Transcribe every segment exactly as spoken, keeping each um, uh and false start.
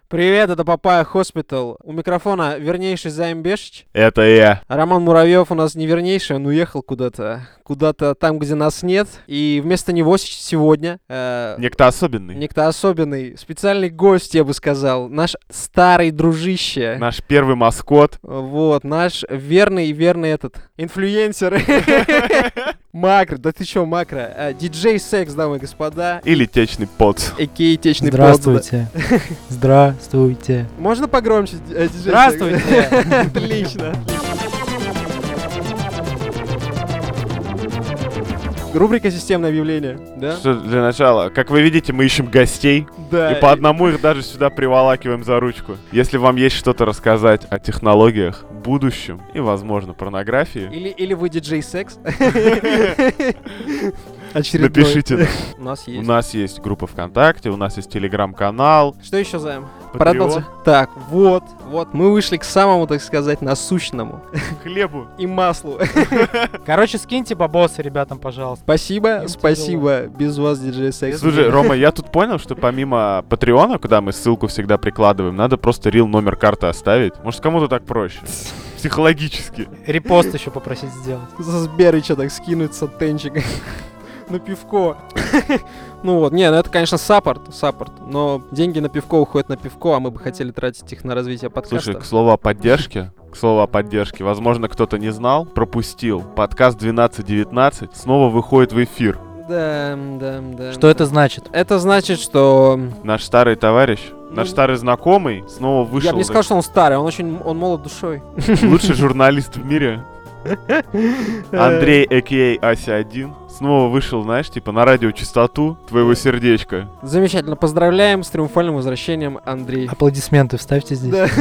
Привет, это Папайя Хоспитал. У микрофона вернейший Займ Бешич. Это я. Роман Муравьев у нас не вернейший, он уехал куда-то. Куда-то там, где нас нет. И вместо него сегодня... Э, Некто особенный. Некто особенный. Специальный гость, я бы сказал. Наш старый дружище. Наш первый маскот. Вот, наш верный, верный этот... Инфлюенсер. Макро, да ты чё, Макро? А, диджей Секс, дамы и господа. Или течный поц. Экей течный поц. Здравствуйте. Здравствуйте. Можно погромче, э, диджей Здравствуйте. Секс? Отлично. Рубрика «Системное объявление», да? Что для начала, как вы видите, мы ищем гостей. Да. И по одному их даже сюда приволакиваем за ручку. Если вам есть что-то рассказать о технологиях, будущем и, возможно, порнографии, Или, или вы диджей Секс. Очередной. напишите. У нас У есть. нас есть группа ВКонтакте, у нас есть телеграм-канал. Что еще, Займ? Patreon. Продолжим. Так, вот, вот, мы вышли к самому, так сказать, насущному. Хлебу. И маслу. Короче, скиньте бабосы ребятам, пожалуйста. Спасибо, Им спасибо. Без вас, диджей Секс. Слушай, Рома, я тут понял, что помимо Патреона, куда мы ссылку всегда прикладываем, надо просто рил номер карты оставить. Может, кому-то так проще. Психологически. Репост еще попросить сделать. За Сберыча так скинуть сатенчик на пивко. Ну вот, не, ну это, конечно, саппорт, саппорт, но деньги на пивко уходят на пивко, а мы бы хотели тратить их на развитие подкаста. Слушай, к слову о поддержке, к слову о поддержке, возможно, кто-то не знал, пропустил. Подкаст двенадцать девятнадцать снова выходит в эфир. Да, да, да. Что это значит? Это значит, что... Наш старый товарищ, Ну, наш старый знакомый снова вышел. Я бы не сказал, что он старый, он очень, он молод душой. Лучший журналист в мире. Андрей, а.к.а. Ася один, снова вышел, знаешь, типа на радиочастоту твоего сердечка. Замечательно, поздравляем с триумфальным возвращением, Андрей. Аплодисменты вставьте здесь. Да.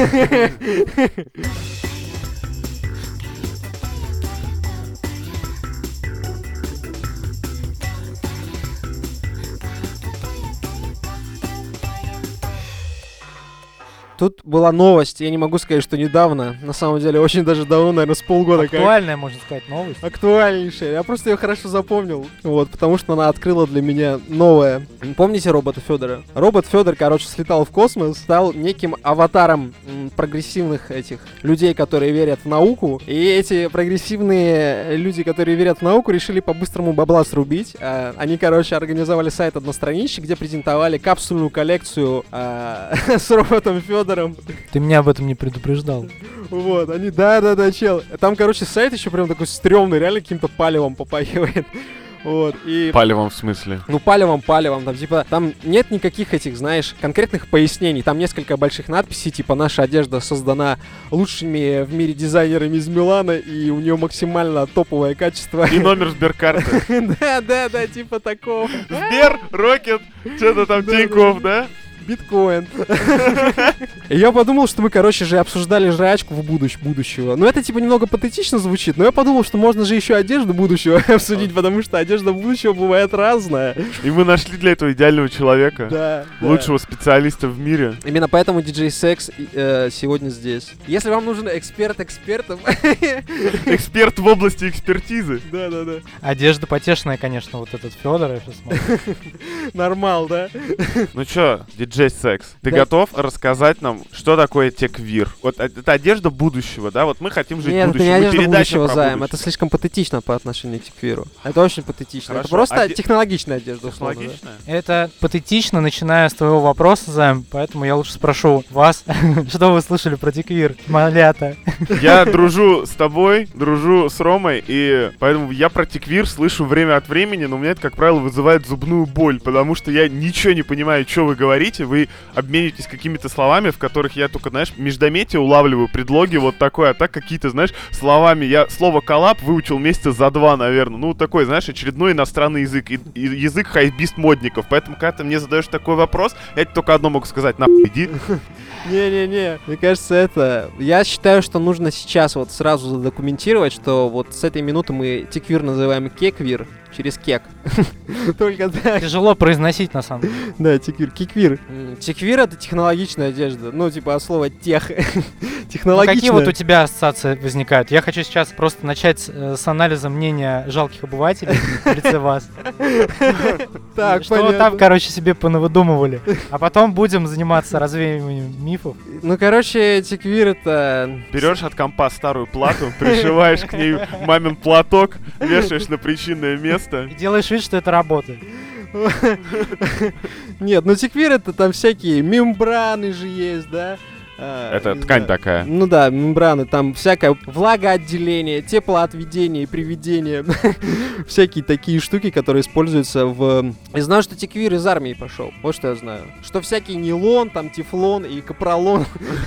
Тут была новость, я не могу сказать, что недавно, на самом деле очень даже давно, наверное, с полгода. как- Актуальная, можно сказать, новость. Актуальнейшая. Я просто ее хорошо запомнил. Вот, потому что она открыла для меня новое. Помните робота Федора? Робот Федор, короче, слетал в космос, стал неким аватаром м, прогрессивных этих людей, которые верят в науку. И эти прогрессивные люди, которые верят в науку, решили по-быстрому бабла срубить. А, они, короче, организовали сайт одностраничный, где презентовали капсульную коллекцию а, с роботом Федором. Ты меня об этом не предупреждал. Вот, они, да-да-да, чел. Там, короче, сайт еще прям такой стрёмный, реально каким-то палевом попахивает. Вот, и... Палевом в смысле? Ну, палевом, палевом, там, типа, там нет никаких этих, знаешь, конкретных пояснений. Там несколько больших надписей, типа, наша одежда создана лучшими в мире дизайнерами из Милана, и у нее максимально топовое качество. И номер сберкарты. Да-да-да, типа такого. Сбер, Рокет, что-то там, Тинькофф, да? Биткоин. И я подумал, что мы, короче же, обсуждали жрачку в будущ- будущего. Ну, это, типа, немного патетично звучит, но я подумал, что можно же еще одежду будущего обсудить, потому что одежда будущего бывает разная. И мы нашли для этого идеального человека. Да. да. Лучшего специалиста в мире. Именно поэтому диджей Секс э, сегодня здесь. Если вам нужен эксперт экспертом... Эксперт в области экспертизы. Да-да-да. Одежда потешная, конечно, вот этот Федор, я сейчас смотрю. Нормал, да? Ну чё, диджей Секс, ты Да. готов рассказать нам, что такое теквир? Вот э- это одежда будущего, да? Вот мы хотим жить Нет, в это будущем. не Мы одежда передача будущего, про Займ. Это будущее. слишком патетично по отношению к квиру. Это очень патетично. Это Хорошо, просто оде- технологичная одежда, условно, да? Технологичная? Это патетично, начиная с твоего вопроса, Займ, поэтому я лучше спрошу вас, что вы слышали про тиквир, малята? Я дружу с тобой, дружу с Ромой, и поэтому я про теквир слышу время от времени, но у меня это, как правило, вызывает зубную боль, потому что я ничего не понимаю, что вы говорите, вы обмениваетесь какими-то словами, в которых я только, знаешь, междометие улавливаю, предлоги вот такое, а так какие-то, знаешь, словами. Я слово «коллаб» выучил месяца за два, наверное. Ну, такой, знаешь, очередной иностранный язык, и, и язык хайбист модников. Поэтому, когда ты мне задаешь такой вопрос, я тебе только одно могу сказать: нахуй иди. Не-не-не, мне кажется, это... Я считаю, что нужно сейчас вот сразу задокументировать, что вот с этой минуты мы тиквир называем кеквир, через кек. Только так. Тяжело произносить, на самом деле. Да, теквир. Киквир. М, Теквир — это технологичная одежда. Ну, типа, от слова тех. Ну, Технологичная. какие вот у тебя ассоциации возникают? Я хочу сейчас просто начать э, с анализа мнения жалких обывателей в лице вас. Так, Что вы там, понятно. короче, себе понавыдумывали. А потом будем заниматься развеиванием мифов. Ну, короче, теквир — это... Берешь от компа старую плату, пришиваешь к ней мамин платок, вешаешь на причинное место. И делаешь вид, что это работает. Нет, ну теквир — это там всякие мембраны же есть, да? А, Это не ткань знаю. такая. Ну да, мембраны, там всякое влагоотделение, теплоотведение, приведение, всякие такие штуки, которые используются в... Я знаю, что теквир из армии пошел, вот что я знаю. Что всякий нейлон, там тефлон и капролон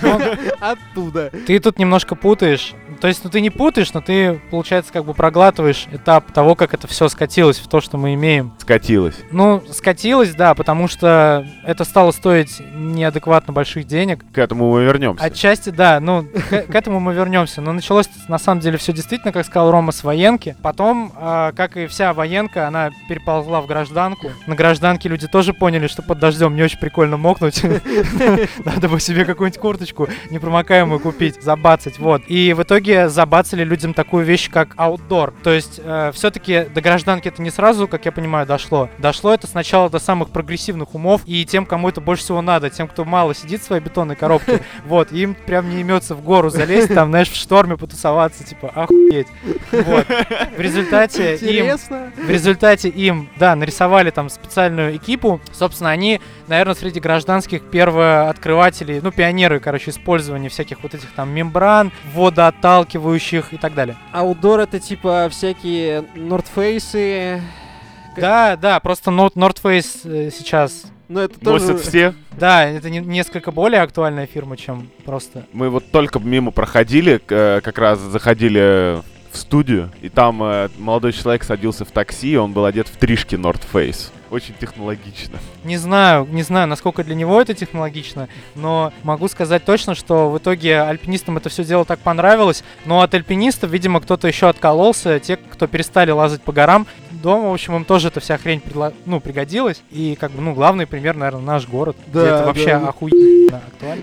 оттуда. Ты тут немножко путаешь. То есть, ну ты не путаешь, но ты, получается, как бы проглатываешь этап того, как это все скатилось в то, что мы имеем. Скатилась. Ну, скатилось, да, потому что это стало стоить неадекватно больших денег. К этому мы вернемся. Отчасти, да, ну, к, к этому мы вернемся. Но началось, на самом деле, все действительно, как сказал Рома, с военки. Потом, э, как и вся военка, она переползла в гражданку. На гражданке люди тоже поняли, что под дождем не очень прикольно мокнуть. Надо бы себе какую-нибудь курточку непромокаемую купить, забацать, вот. И в итоге забацали людям такую вещь, как аутдор. То есть, э, все-таки до гражданки это не сразу, как я понимаю, дошло. Дошло это сначала до самых прогрессивных умов и тем, кому это больше всего надо, тем, кто мало сидит в своей бетонной коробке, вот, им прям не имется в гору залезть, там, знаешь, в шторме потусоваться, типа, охуеть. Вот. В результате им, Интересно. в результате им, да, нарисовали там специальную экипу. Собственно, они, наверное, среди гражданских первооткрывателей, ну, пионеры, короче, использования всяких вот этих там мембран, водоотталкивающих и так далее. Аутдор — это типа всякие нордфейсы. Да, да, просто North North Face э, сейчас... Ну, это тоже... Носят все. Да, это не- несколько более актуальная фирма, чем просто... Мы вот только мимо проходили, к- э, как раз заходили в студию, и там э, молодой человек садился в такси, и он был одет в тришки North Face. Очень технологично. Не знаю, не знаю, насколько для него это технологично, но могу сказать точно, что в итоге альпинистам это все дело так понравилось, но от альпинистов, видимо, кто-то еще откололся, те, кто перестали лазать по горам. Дома, в общем, им тоже эта вся хрень предла- ну, пригодилась, и как бы, ну, главный пример, наверное, наш город, где Да, это да, вообще да. охуенно актуально.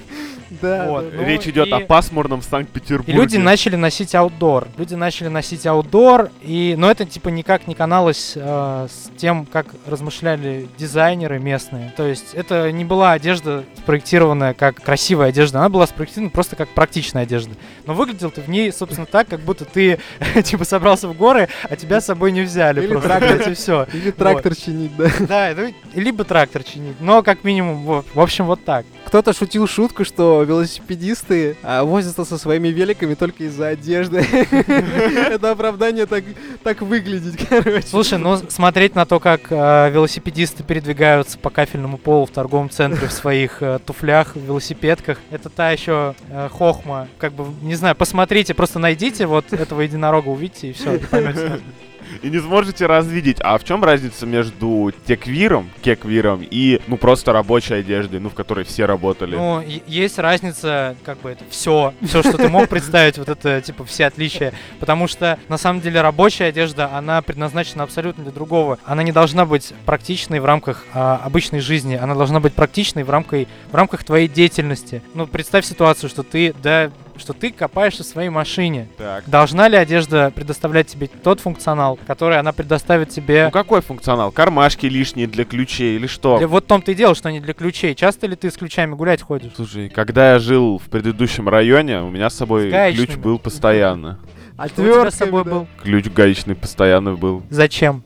Да, Вот. да. Ну, Речь идет и- о пасмурном Санкт-Петербурге. И люди начали носить аутдор. Люди начали носить аутдор, и... но это типа никак не каналось э, с тем, как размышляли дизайнеры местные. То есть это не была одежда спроектированная как красивая одежда, она была спроектирована просто как практичная одежда. Но выглядел ты в ней, собственно, так, как будто ты типа собрался в горы, а тебя с собой не взяли. Или Просто, трактор. блядь, и все. Или трактор чинить, да. Да, ну, либо трактор чинить, но как минимум, вот, в общем, вот так. Кто-то шутил шутку, что велосипедисты а, возятся со своими великами только из-за одежды. Это оправдание так, так выглядеть, короче. Слушай, ну смотреть на то, как э, велосипедисты передвигаются по кафельному полу в торговом центре в своих э, туфлях, в велосипедках, это та еще э, хохма. Как бы, не знаю, посмотрите, просто найдите вот этого единорога, увидите, и все, поймете. И не сможете развидеть. А в чем разница между теквиром, кеквиром и, ну, просто рабочей одеждой, ну, в которой все работали? Ну, и- есть разница, как бы это все, все, что ты мог представить, вот это, типа, все отличия. Потому что, на самом деле, рабочая одежда, она предназначена абсолютно для другого. Она не должна быть практичной в рамках а, обычной жизни, она должна быть практичной в, рамкой, в рамках твоей деятельности. Ну, представь ситуацию, что ты, да, что ты копаешься в своей машине. Так. Должна ли одежда предоставлять тебе тот функционал, который она предоставит тебе? Ну, какой функционал? Кармашки лишние для ключей или что? Для- Вот в том-то и дело, что они для ключей. Часто ли ты с ключами гулять ходишь? Слушай, когда я жил в предыдущем районе, у меня с собой С гаечными. ключ был постоянно. А Что у тебя с собой был? Ключ гаечный постоянно был. Зачем?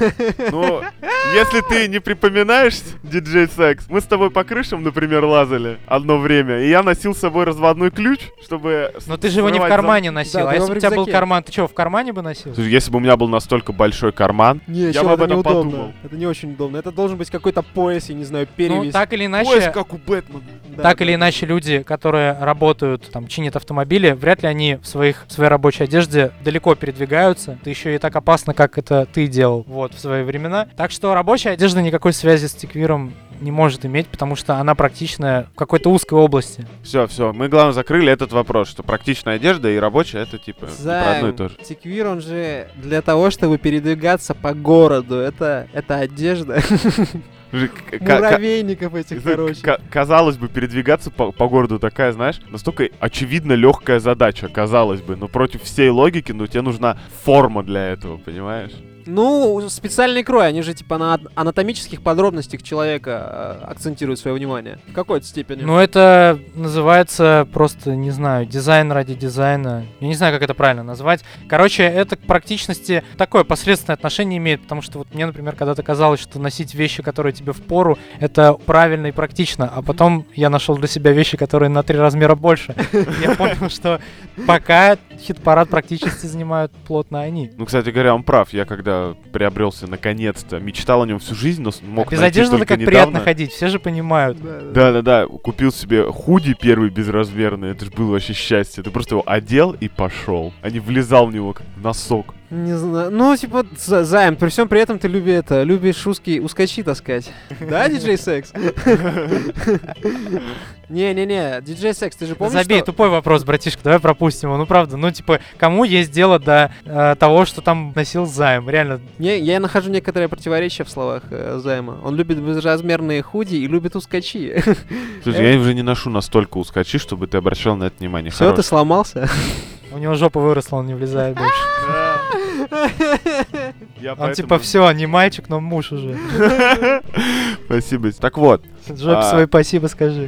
Ну, если ты не припоминаешь, диджей Секс, мы с тобой по крышам, например, лазали одно время, и я носил с собой разводной ключ, чтобы... Но ты же его не в скрывать кармане зам- носил. Да, а ты если его бы в у тебя был рюкзаке. карман, ты что, в кармане бы носил? Слушай, если бы у меня был настолько большой карман, Не, я чел, бы об это этом неудобно. подумал. Это не очень удобно. Это должен быть какой-то пояс, я не знаю, Ну, перевязь. так или пояс, иначе, как у Бэтмена. Да, так да, или да. иначе, люди, которые работают, там, чинят автомобили, вряд ли они в своих, в своей рабочей одежде далеко передвигаются. Это еще и так опасно, как это ты делал, вот, в свои времена. Так что рабочая одежда никакой связи с теквиром не может иметь, потому что она практичная в какой-то узкой области. Все, все, мы, главное, закрыли этот вопрос, что практичная одежда и рабочая — это, типа, не про одно и Займ, то же. тиквир, он же для того, чтобы передвигаться по городу. Это, это одежда. Же к- к- Муравейников этих, к- короче. к- Казалось бы, передвигаться по, по городу такая, знаешь, настолько очевидно легкая задача, казалось бы, но против всей логики, ну, тебе нужна форма для этого, понимаешь? Ну, специальный крой, они же типа на анатомических подробностях человека э, акцентируют свое внимание. В какой-то степени. Но это называется просто, не знаю, дизайн ради дизайна. Я не знаю, как это правильно назвать. Короче, это к практичности такое посредственное отношение имеет, потому что вот мне, например, когда-то казалось, что носить вещи, которые тебе впору, это правильно и практично, а потом я нашел для себя вещи, которые на три размера больше. Я понял, что пока хит-парад практичности занимают плотно они. Ну, кстати говоря, он прав. Я когда приобрелся наконец-то, мечтал о нем всю жизнь, но с- мог А без найти одежды только как недавно. приятно ходить, все же понимают. Да, да. Да-да-да, купил себе худи первый безразмерный, это же было вообще счастье. Ты просто его одел и пошел, а не влезал в него как в носок. Не знаю. Ну, типа, За- Займ, при всем при этом ты люби это, любишь узкие ускочи таскать. Да, диджей Секс? Не-не-не, диджей Секс, ты же помнишь, Забей, что... тупой вопрос, братишка, давай пропустим его. Ну, правда, ну, типа, кому есть дело до э, того, что там носил Займ? Реально, Не, я нахожу некоторые противоречия в словах э, Займа. Он любит безразмерные худи и любит ускочи. Слушай, я уже не ношу настолько ускочи, чтобы ты обращал на это внимание. Все, ты Хорош. сломался? у него жопа выросла, он не влезает больше. Я Он поэтому- типа, все, не мальчик, но муж уже. Спасибо. Так вот, Жопе А. своей спасибо скажи.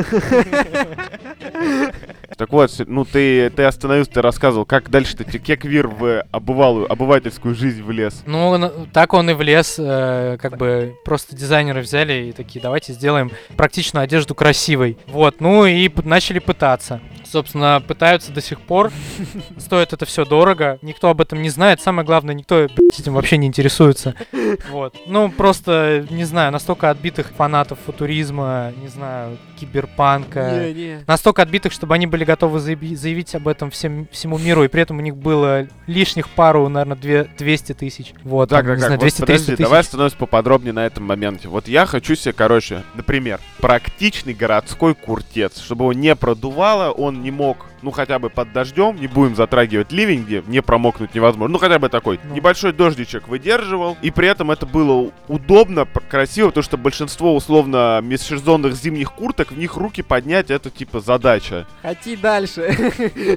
так вот, с- ну ты, ты остановился, ты рассказывал, как дальше-то те- кеквир в обывалую, обывательскую жизнь влез. Ну, на- так он и влез, э, как бы просто дизайнеры взяли и такие, давайте сделаем практичную одежду красивой. Вот, ну и п- начали пытаться. Собственно, пытаются до сих пор. Стоит это все дорого, никто об этом не знает. Самое главное, никто блядь, этим вообще не интересуется. Вот. Ну, просто, не знаю, настолько отбитых фанатов футуризма, не знаю, киберпанка. Не-не. Настолько отбитых, чтобы они были готовы заеби- заявить об этом всем, всему миру, и при этом у них было лишних пару, наверное, две, двести тысяч. Вот, Так, там, так, не так, знаю, вот двести-триста подожди, тысяч. давай остановимся поподробнее на этом моменте. Вот я хочу себе, короче, например, практичный городской куртец, чтобы его не продувало, он не мог, ну, хотя бы под дождем, не будем затрагивать ливень, где не промокнуть невозможно, ну, хотя бы такой Ну. небольшой дождичек выдерживал, и при этом это было удобно, пр- красиво, потому что большинство, условно, межсезонных зимних курток, в них руки поднять, это, типа, задача. Хоти дальше.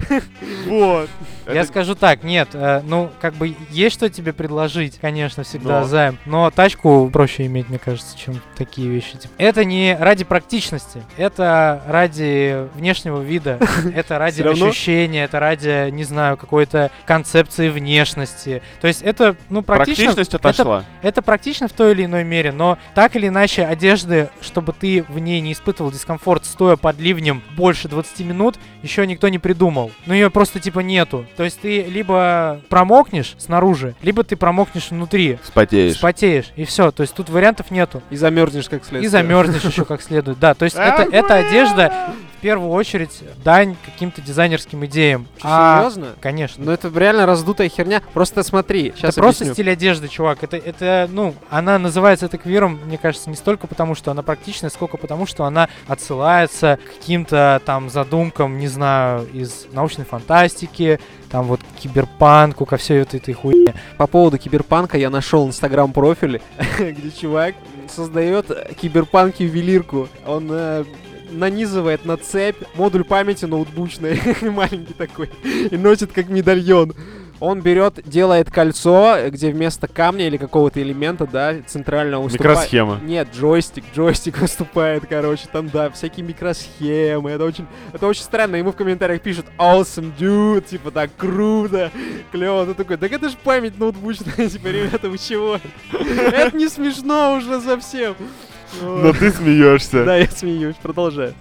Вот. Я скажу так, нет, э, ну, как бы есть что тебе предложить, конечно, всегда Но. займ, но тачку проще иметь, мне кажется, чем такие вещи. Типа. Это не ради практичности, это ради внешнего вида, это ради Всё равно? ощущения, это ради, не знаю, какой-то концепции внешности. То есть это, ну, практично... Практичность это отошла. Это практично в той или иной мере, но так или иначе одежды, чтобы ты в ней не испытывал дискомфорт, стоя под ливнем больше двадцати минут, еще никто не придумал. Ну ее просто типа нету. То есть ты либо промокнешь снаружи, либо ты промокнешь внутри, Вспотеешь. спотеешь, и все. То есть тут вариантов нету. И замерзнешь как следует. И замерзнешь еще как следует. Да, то есть это, эта одежда в первую очередь дань каким-то дизайнерским идеям. А, Серьезно? Конечно. Ну это реально раздутая херня. Просто смотри, сейчас Это просто объясню. стиль одежды, чувак. Это, это, ну, она называется это квиром, мне кажется, не столько потому, что она практичная, сколько потому, что она отсылается к каким-то там задумкам, не знаю, из научной фантастики, там вот к киберпанку, ко всей вот этой хуйне. По поводу киберпанка я нашел инстаграм-профиль, где чувак создает киберпанк-ювелирку. Он э, нанизывает на цепь модуль памяти ноутбучной, маленький такой, и носит как медальон. Он берет, делает кольцо, где вместо камня или какого-то элемента, да, центрального выступает... Микросхема. Нет, джойстик, джойстик выступает, короче, там, да, всякие микросхемы, это очень, это очень странно, ему в комментариях пишут awesome, dude, типа, так, круто, клево, ты такой, так это же память ноутбучная, типа, ребята, вы чего? Это не смешно уже совсем. Но ты смеешься. Да, я смеюсь, продолжай.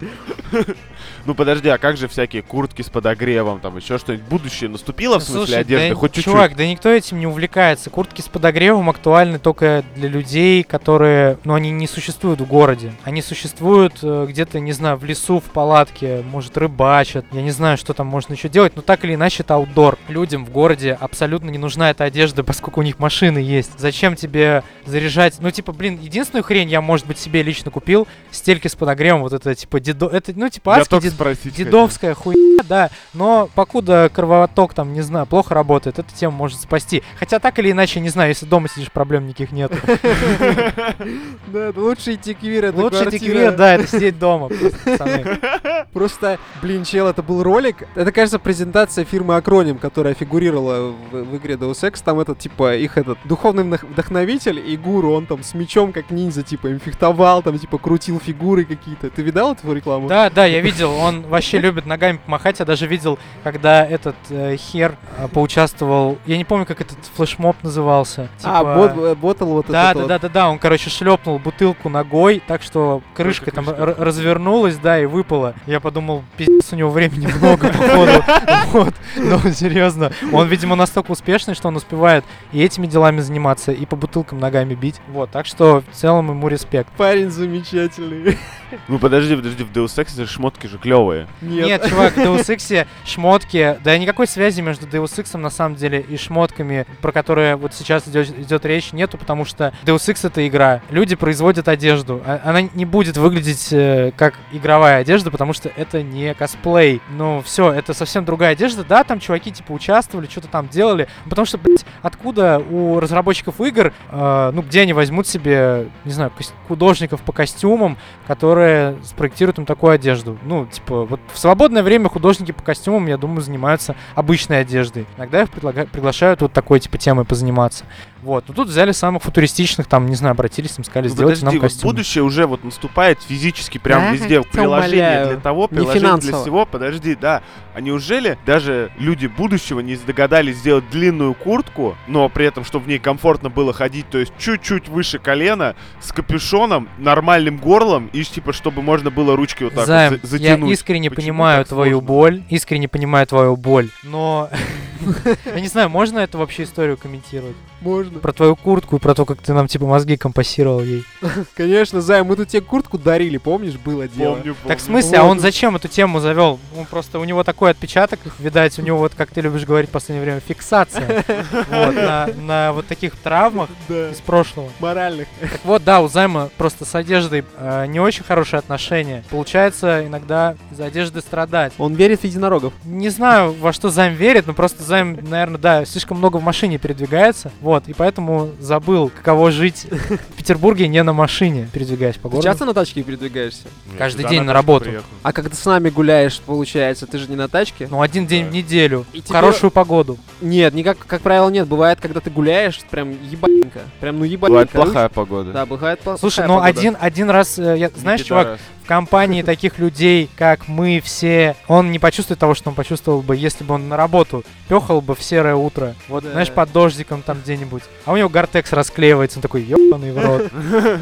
Ну подожди, а как же всякие куртки с подогревом, там еще что-нибудь? Будущее наступило в смысле Слушай, одежды? да, Хоть чуть-чуть? чувак, да никто этим не увлекается. Куртки с подогревом актуальны только для людей, которые, ну, они не существуют в городе. Они существуют э, где-то, не знаю, в лесу, в палатке, может, рыбачат. Я не знаю, что там можно еще делать, но так или иначе это аутдор. Людям в городе абсолютно не нужна эта одежда, поскольку у них машины есть. Зачем тебе заряжать? Ну, типа, блин, единственную хрень я, может быть, себе лично купил стельки с подогревом, вот это типа дедо... Это, ну, типа Я адский только дед- спросить дедовская хуйня, да. Но покуда кровоток там, не знаю, плохо работает, эта тема может спасти. Хотя так или иначе, не знаю, если дома сидишь, проблем никаких нет. Да, лучше идти квир, это Лучше квартира. тиквир, да, это сидеть дома. Просто, пацаны. Просто, блин, чел, это был ролик. Это, кажется, презентация фирмы Acronym, которая фигурировала в, в игре Deus Ex. Там этот, типа, их этот духовный вдох- вдохновитель и гуру, он там с мечом, как ниндзя, типа, им фехтовал, там, типа, крутил фигуры какие-то. Ты видал эту рекламу? Да, да, я видел, он вообще любит ногами помахать. Я даже видел, когда этот э, хер э, поучаствовал. Я не помню, как этот флешмоб назывался. А, Типа- бот, э, ботл вот Да, этот да, вот. да, да, да, он, короче, шлепнул бутылку ногой, так что крышка там крышка. р- развернулась, да, и выпала. Я подумал, пиздец, у него времени много, походу. Вот, ну, серьезно. Он, видимо, настолько успешный, что он успевает и этими делами заниматься, и по бутылкам ногами бить. Вот, так что в целом ему респект. Парень замечательный. Ну подожди, подожди, в Deus Ex шмотки же клевые. Нет, чувак, в Deus Ex шмотки, да никакой связи между Deus Ex на самом деле и шмотками, про которые вот сейчас идет, идет речь, нету, потому что Deus Ex это игра. Люди производят одежду. а- Она не будет выглядеть э, как игровая одежда, потому что это не косплей. Ну все, это совсем другая одежда. Да, там чуваки типа участвовали, что-то там делали. Потому что, блядь, откуда у разработчиков игр, э, ну где они возьмут себе, не знаю, кос- художников по костюмам, которые спроектируют им такую одежду. Ну, типа, вот в свободное время художники по костюмам, я думаю, занимаются обычной одеждой. Иногда их предлага- приглашают вот такой, типа, темой позаниматься. Вот. Но тут взяли самых футуристичных, там, не знаю, обратились, им сказали, Ну, сделайте подожди, нам вот костюм. будущее уже вот наступает физически прям Да, везде. тебя Приложение умоляю. для того, Не приложение для финансово. всего. Подожди, да. А неужели даже люди будущего не догадались сделать длинную куртку, но при этом, чтобы в ней комфортно было ходить, то есть чуть-чуть выше колена, с капюшоном, нормальным горлом, и типа, чтобы можно было ручки вот так Займ, вот за- я затянуть. искренне Почему понимаю так твою сложно? боль, искренне понимаю твою боль, но я не знаю, можно эту вообще историю комментировать? Можно. Про твою куртку и про то, как ты нам типа мозги компассировал ей. Конечно, Зай, мы тут тебе куртку дарили, помнишь, было дело. Помню, помню. Так в смысле, а Вот. он зачем эту тему завел? Он просто, у него такой отпечаток, видать, у него вот, как ты любишь говорить в последнее время, фиксация вот, на, на вот таких травмах Да, из прошлого. моральных. Так вот, да, у Займа просто с одеждой э, не очень хорошие отношения. Получается иногда из-за одежды страдать. Он верит в единорогов. Не знаю, во что Займ верит, но просто Займ, наверное, да, слишком много в машине передвигается. Вот, и поэтому забыл, каково жить в Петербурге не на машине, передвигаясь по Ты городу. часто на тачке передвигаешься? Я каждый сюда день на тачке работу. приехал. А когда с нами гуляешь, получается, ты же не на тачке? Ну, один день Да. в неделю, И в тебе- хорошую погоду. Нет, никак, как правило, нет. Бывает, когда ты гуляешь, прям ебаненько. Прям, ну ебаненько. Бывает плохая погода. Да, бывает плохая Слушай, ну погода. один, один раз, э, я, Не знаешь, чувак, пидорас. в компании таких людей, как мы все, он не почувствует того, что он почувствовал бы, если бы он на работу пехал бы в серое утро. Вот, Да. знаешь, под дождиком там где-нибудь. А у него гортекс расклеивается, он такой, ёбаный в рот.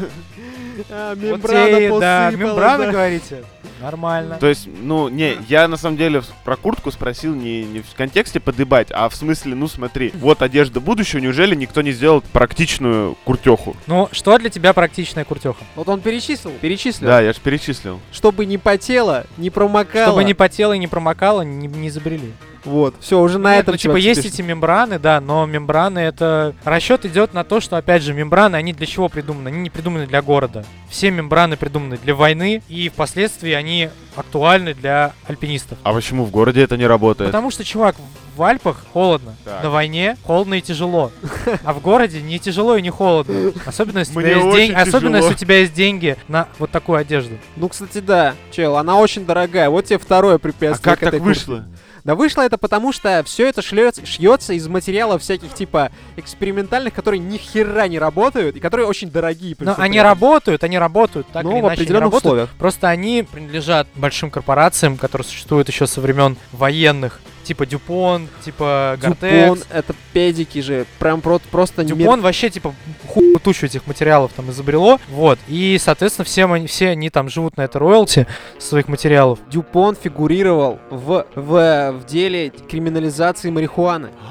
А, Вот мембрана те, да, посыпалась, мембрана, да. говорите? Нормально. То есть, ну, не, я на самом деле про куртку спросил не, не в контексте подыбать, а в смысле, ну смотри, вот одежда будущего, неужели никто не сделал практичную куртеху? Ну, что для тебя практичная куртеха? Вот он перечислил, перечислил. Да, я же перечислил. Чтобы не потело, не промокало. Чтобы не потело и не промокало, не, не изобрели. Вот, все, уже на Нет, этом ну, типа, чувак есть спешит. эти мембраны, да, но мембраны это... Расчет идет на то, что, опять же, мембраны, они для чего придуманы? Они не придуманы для города. Все мембраны придуманы для войны, и впоследствии они актуальны для альпинистов. А почему в городе это не работает? Потому что, чувак, в Альпах холодно, Так. на войне холодно и тяжело, а в городе не тяжело и не холодно. Особенно если, у Мне тебя есть, очень деньги, особенно тяжело. если у тебя есть деньги на вот такую одежду. Ну, кстати, да, чел, она очень дорогая. Вот тебе второе А препятствие как к этой так куртке. вышло? Да вышло это потому, что все это шлёц- шьется из материалов всяких типа экспериментальных, которые ни хера не работают и которые очень дорогие. при Но всем они при этом. работают, они работают, так Ну, или в иначе они определенных работают. условиях. Просто они принадлежат большим корпорациям, которые существуют еще со времен военных. Типа Дюпон, типа Гортекс. Дюпон, это педики же, прям про- просто не Дюпон вообще, типа, хуй тучу этих материалов там изобрело. Вот. И, соответственно, все они, все они там живут на это роялти своих материалов. Дюпон фигурировал в, в, в деле криминализации марихуаны.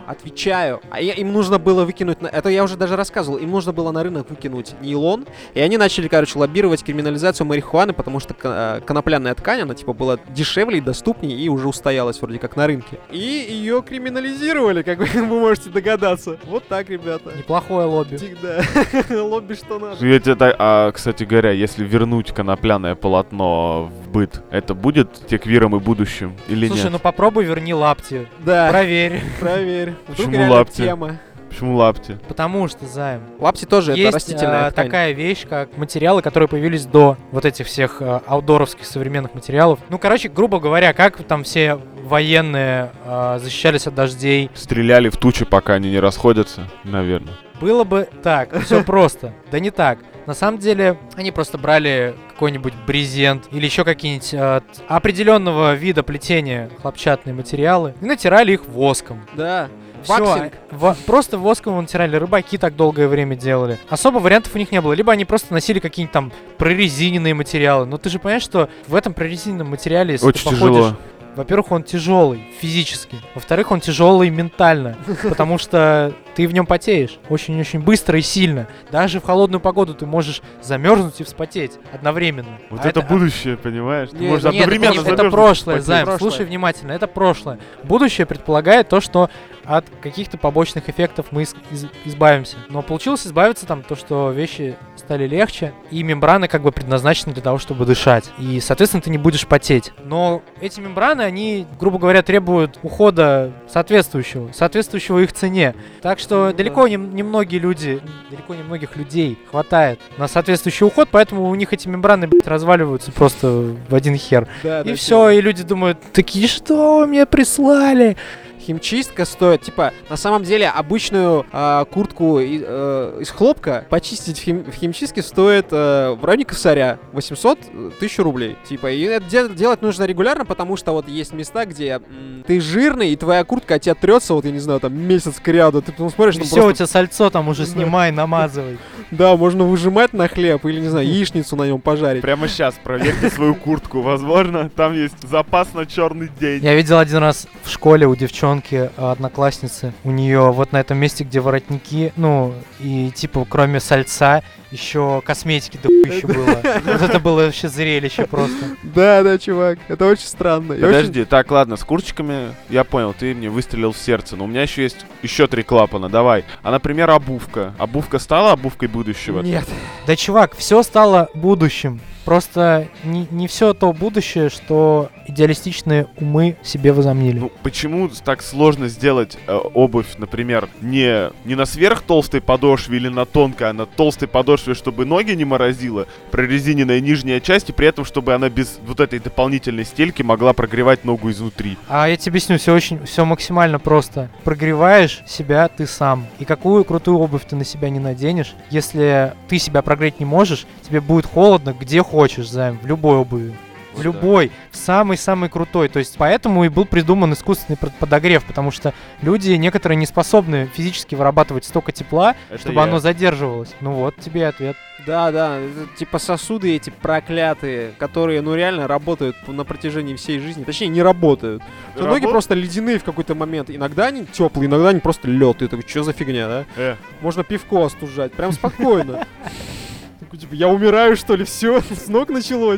Отвечаю. А я- им нужно было выкинуть... на- Это я уже даже рассказывал. Им нужно было на рынок выкинуть нейлон. И они начали, короче, лоббировать криминализацию марихуаны, потому что ко- э, конопляная ткань, она, типа, была дешевле и доступнее, и уже устоялась вроде как на рынке. И ее криминализировали, как вы, вы можете догадаться. Вот так, ребята. Неплохое лобби. Тик, да. Лобби что надо. Я тебе так- А, кстати говоря, если вернуть конопляное полотно в быт, это будет теквиром и будущим или Слушай, нет? ну попробуй верни лапти. Да, Проверь. проверь. Вдруг Почему реально лапти? тема. Почему лапти? Потому что, Займ, Лапти тоже это есть растительная а, ткань. такая вещь, как материалы, которые появились до вот этих всех а, аутдоровских современных материалов. Ну, короче, грубо говоря, как там все военные а, защищались от дождей. Стреляли в тучи, пока они не расходятся, наверное. Было бы так, все просто. Да не так. На самом деле, они просто брали какой-нибудь брезент или еще какие-нибудь э, т- определенного вида плетения хлопчатные материалы и натирали их воском. Да. Всё, Ваксинг. во- просто воском его натирали. Рыбаки так долгое время делали. Особо вариантов у них не было. Либо они просто носили какие-нибудь там прорезиненные материалы. Но ты же понимаешь, что в этом прорезиненном материале, если Очень ты тяжело. походишь... Во-первых, он тяжелый физически. Во-вторых, он тяжелый ментально. Потому что ты в нем потеешь очень-очень быстро и сильно. Даже в холодную погоду ты можешь замерзнуть и вспотеть одновременно. Вот А это, будущее, понимаешь? Ты Не, можешь нет, Нет, это, одновременно не- это замерзнуть и прошлое, вспотеть. Займ, Прошлое. слушай внимательно, это прошлое. Будущее предполагает то, что от каких-то побочных эффектов мы из- из- избавимся. Но получилось избавиться там то, что вещи стали легче, и мембраны как бы предназначены для того, чтобы дышать. И, соответственно, ты не будешь потеть. Но эти мембраны, они, грубо говоря, требуют ухода соответствующего, соответствующего их цене. Так что Ну да. далеко не, не многие люди, далеко не многих людей хватает на соответствующий уход, поэтому у них эти мембраны, блядь, разваливаются просто в один хер. Да, И да, все, и люди думают, такие, что вы мне прислали? Химчистка стоит, типа, на самом деле, обычную а, куртку и- э, из хлопка почистить в, хим- в химчистке стоит э, в районе косаря восемьсот тысяч рублей. Типа, и это де- делать нужно регулярно, потому что вот есть места, где м, ты жирный, и твоя куртка от тебя трется, вот, я не знаю, там, месяц к ряду. Ты потом смотришь, там Все, у просто... тебя сальцо там уже Да. снимай, намазывай. Да, можно выжимать на хлеб или, не знаю, яичницу на нем пожарить. Прямо сейчас проверьте свою куртку. Возможно, там есть запас на черный день. Я видел один раз в школе у девчонки, а, одноклассницы, у нее вот на этом месте, где воротники, ну, и типа кроме сальца, еще косметики еще было. Вот это было вообще зрелище просто. Да, да, чувак, это очень странно. И очень- Подожди, так, ладно, с куртчиками я понял, ты мне выстрелил в сердце, но у меня еще есть еще три клапана, давай. А, например, обувка. Обувка стала обувкой будущего? Нет. Да, чувак, все стало будущим. Просто не, не все то будущее, что идеалистичные умы себе возомнили. Ну, почему так сложно сделать э, обувь, например, не, не на сверхтолстой подошве или на тонкой, а на толстой подошве, чтобы ноги не морозило, прорезиненная нижняя часть, и при этом, чтобы она без вот этой дополнительной стельки могла прогревать ногу изнутри? А я тебе объясню, все очень, все максимально просто. Прогреваешь себя ты сам. И какую крутую обувь ты на себя не наденешь, если ты себя прогреть не можешь, тебе будет холодно, где хочешь, Займ, в любой обуви. В Да. любой, в самый-самый крутой. То есть поэтому и был придуман искусственный под- подогрев, потому что люди некоторые не способны физически вырабатывать столько тепла, Это чтобы я. оно задерживалось. Ну вот тебе и ответ. Да, да, это типа сосуды эти проклятые, которые, ну, реально работают на протяжении всей жизни. Точнее, не работают. У тебя ноги Работ- просто ледяные в какой-то момент. Иногда они теплые, иногда они просто лед. Ты такой, что за фигня, да? Э, Можно пивко остужать, прям спокойно. Такой, типа, я умираю, что ли? Все, с ног началось.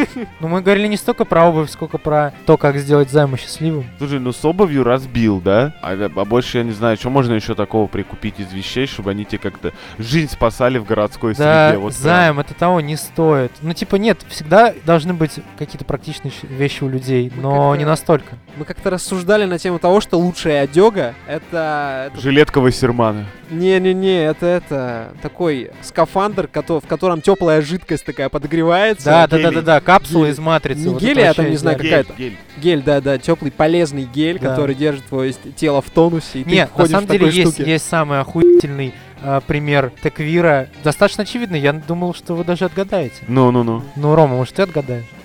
Но мы говорили не столько про обувь, сколько про то, как сделать Займа счастливым. слушай, ну с обувью разбил, да? А, а больше я не знаю, что можно еще такого прикупить из вещей, чтобы они тебе как-то жизнь спасали в городской Да, среде. Вот прям. Займ, это того не стоит. Ну, типа, нет, всегда должны быть какие-то практичные щ- вещи у людей, Мы но как-то- не настолько. Мы как-то рассуждали на тему того, что лучшая одега это... это- Жилетка Вассермана. Не-не-не, это это такой скафандр, кото- в котором теплая жидкость такая подогревается. Да, да, да, гелий. да, да, капсула Гелий. из матрицы. Не вот гелий, это а там, вообще не знаю, идеально. какая-то- Гель. Гель, да-да, теплый полезный гель, Да. который держит твое с- тело в тонусе, и ты Нет, на ходишь самом в деле такой есть, штуке. есть самый охуительный а, пример теквира. Достаточно очевидный, я думал, что вы даже отгадаете. Ну-ну-ну. Ну, Рома, может, ты отгадаешь?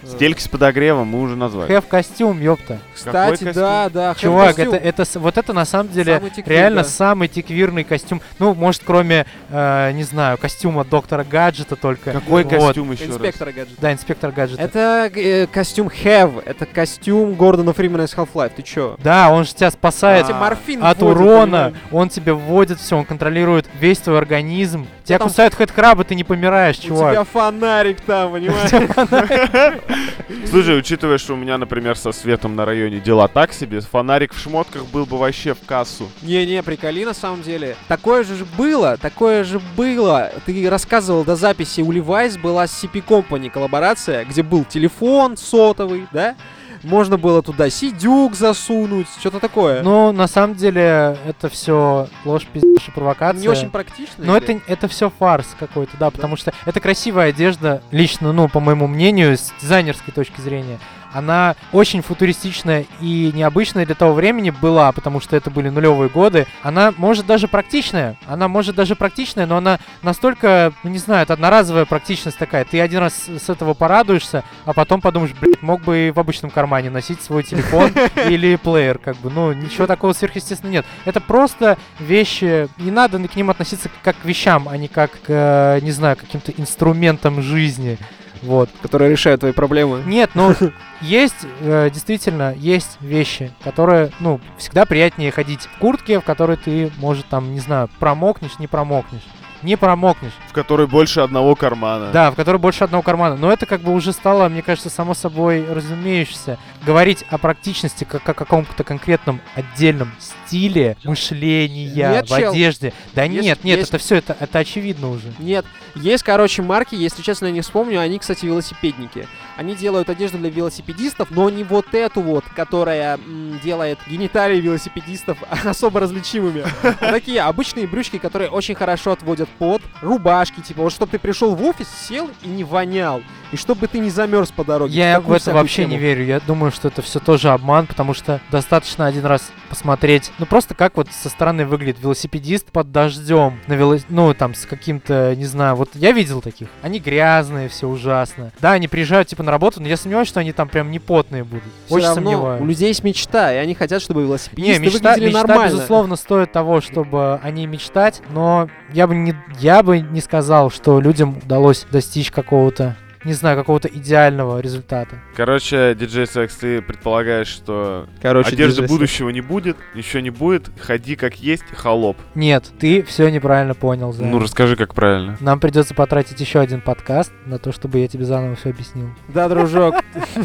Стельки с подогревом мы уже назвали. Хэв костюм, ёпта. Кстати, Какой да, да. Чувак, хэв-костюм. это, это, с- вот это на самом деле Самый тиквир, реально да. самый тиквирный костюм. Ну, может, кроме, э, не знаю, костюма доктора Гаджета только. Какой Вот. костюм еще раз? Инспектора гаджета. Да, инспектор Гаджета. Это э, костюм Have, это костюм Гордона Фримена из Half-Life, ты чё? Да, он же тебя спасает Эти морфин от вводят, урона, понимаешь? он тебе вводит все, он контролирует весь твой организм. Тебя там- кусают хэдкрабы, ты не помираешь, У чувак. тебя фонарик там, понимаешь? Слушай, учитывая, что у меня, например, со светом на районе дела так себе, фонарик в шмотках был бы вообще в кассу. Не-не, приколи на самом деле. Такое же ж было, такое же было. Ты рассказывал до записи, у Levi's была с си пи Company коллаборация, где был телефон сотовый, да? Можно было туда сидюк засунуть, что-то такое. Ну, на самом деле, это все ложь, пиздеж и провокация. Не очень практично. Но или? это, это все фарс какой-то, да, потому что это красивая одежда, лично, ну, по моему мнению, с дизайнерской точки зрения. Она очень футуристичная и необычная для того времени была, потому что это были нулевые годы. Она может даже практичная, она может даже практичная, но она настолько, ну не знаю, это одноразовая практичность такая. Ты один раз с этого порадуешься, а потом подумаешь, блядь, мог бы и в обычном кармане носить свой телефон или плеер, как бы. Ну, ничего такого сверхъестественного нет. Это просто вещи, не надо к ним относиться как к вещам, а не как к, э, не знаю, каким-то инструментам жизни. Вот. Которые решают твои проблемы. Нет, ну, есть, э, действительно, есть вещи, которые, ну, всегда приятнее ходить в куртке, в которой ты, может, там, не знаю, промокнешь, не промокнешь. Не промокнешь. В которой больше одного кармана. Да, в которой больше одного кармана. Но это как бы уже стало, мне кажется, само собой разумеющееся. Говорить о практичности как о каком-то конкретном отдельном стиле мышления Нет, в чел. одежде. Да Есть- нет, нет, есть- это все, это, это очевидно уже. Нет, есть, короче, марки, если честно, я не вспомню, они, кстати, велосипедники. Они делают одежду для велосипедистов, но не вот эту вот, которая м, делает гениталии велосипедистов особо различимыми. А такие обычные брючки, которые очень хорошо отводят пот, рубашки, типа, вот чтобы ты пришел в офис, сел и не вонял, и чтобы ты не замерз по дороге. Я Такую в это всякую вообще не тему. верю. Я думаю, что это все тоже обман, потому что достаточно один раз посмотреть, ну просто как вот со стороны выглядит велосипедист под дождем, на вело... ну там с каким-то, не знаю, вот я видел таких. Они грязные, все ужасно. Да, они приезжают типа на работу, но я сомневаюсь, что они там прям не потные будут. Всё Очень равно сомневаюсь. у людей есть мечта, и они хотят, чтобы Не, велосипедисты мечта, выглядели мечта нормально. безусловно, стоит того, чтобы о ней мечтать, но я бы не, я бы не сказал, что людям удалось достичь какого-то, не знаю, какого-то идеального результата. Короче, диджей Секс, ты предполагаешь, что Короче, одежды диджей будущего не будет, ничего не будет, ходи как есть, холоп. Нет, ты все неправильно понял, Зай. Ну, расскажи, как правильно. Нам придется потратить еще один подкаст на то, чтобы я тебе заново все объяснил. Да, дружок.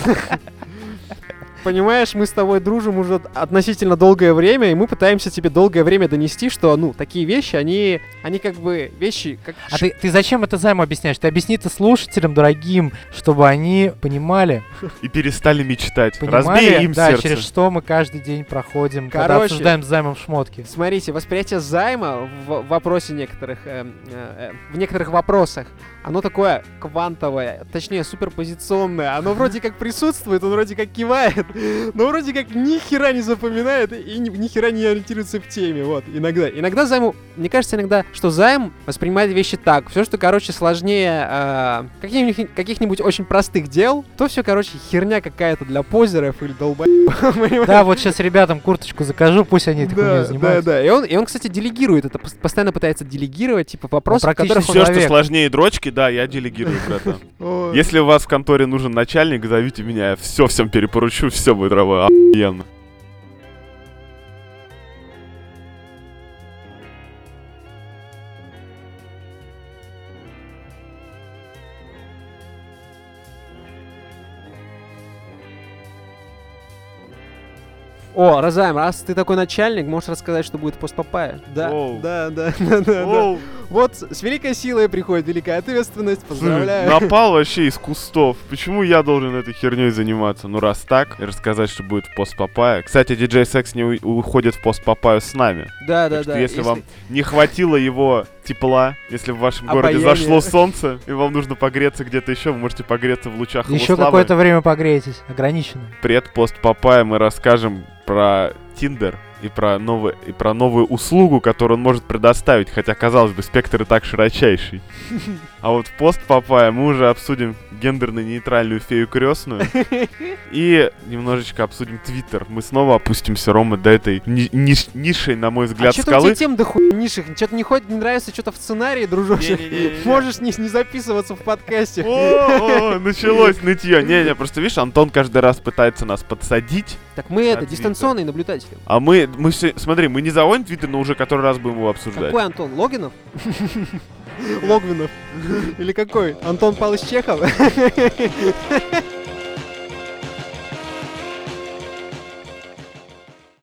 Понимаешь, мы с тобой дружим уже относительно долгое время, и мы пытаемся тебе долгое время донести, что, ну, такие вещи, они, они как бы вещи, как... А ты, ты зачем это займу объясняешь? Ты объясни это слушателям дорогим, чтобы они понимали, И перестали мечтать. понимали, Разбей им да, сердце. через что мы каждый день проходим, когда Короче. обсуждаем с займом шмотки. Смотрите, восприятие займа в вопросе некоторых, э, э, э, в некоторых вопросах, оно такое квантовое, точнее суперпозиционное. Оно вроде как присутствует, он вроде как кивает, но вроде как ни хера не запоминает и ни, ни хера не ориентируется в теме. Вот, иногда. Иногда займу, мне кажется иногда, что займ воспринимает вещи так. Все, что, короче, сложнее э, каких-нибудь, каких-нибудь очень простых дел, то все, короче, херня какая-то для позеров или долбоебов. Да, вот сейчас ребятам курточку закажу, пусть они этой хуйней Да, да, занимаются. да. И он, и он, кстати, делегирует это, пос- постоянно пытается делегировать, типа, вопросы, в практически которых он... Все, что человек. сложнее дрочки, да, я делегирую, братан. О, Если у вас в конторе нужен начальник, зовите меня, я все всем перепоручу, все будет работать охуенно. О, Розайм, раз ты такой начальник, можешь рассказать, что будет в постпапае? Да, Оу. да, да, да, да, да. Оу, Вот с великой силой приходит великая ответственность, поздравляю. напал вообще из кустов. Почему я должен этой херней заниматься? Ну, раз так, и рассказать, что будет в постпапае. Кстати, диджей Секс не у- уходит в постпапаю с нами. Да, да, Так что да. если вам не хватило его тепла, если в вашем городе Обаяние. зашло солнце, и вам нужно погреться где-то еще, вы можете погреться в лучах его Еще славы. какое-то время погрейтесь, ограниченно. Пред-пост Папая мы расскажем про Тиндер, и про, новый, и про новую услугу, которую он может предоставить, хотя, казалось бы, спектр и так широчайший. А вот в пост Папая мы уже обсудим гендерно-нейтральную фею крестную и немножечко обсудим Твиттер. Мы снова опустимся, Рома, до этой ни- ниш- низшей, на мой взгляд, а что-то у скалы. тебя тем до хуй нишек, что-то не, хоть, не нравится что-то в сценарии, дружочек. Не-не-не-не-не. Можешь не, не записываться в подкасте. О, о, началось нытье. Не-не, просто видишь, Антон каждый раз пытается нас подсадить. Так мы это, Твиттер. дистанционные наблюдатели. А мы, мы все, смотри, мы не заводим Твиттер, но уже который раз будем его обсуждать. Какой Антон? Логинов? Логвинов. Или какой? Антон Павлович Чехов?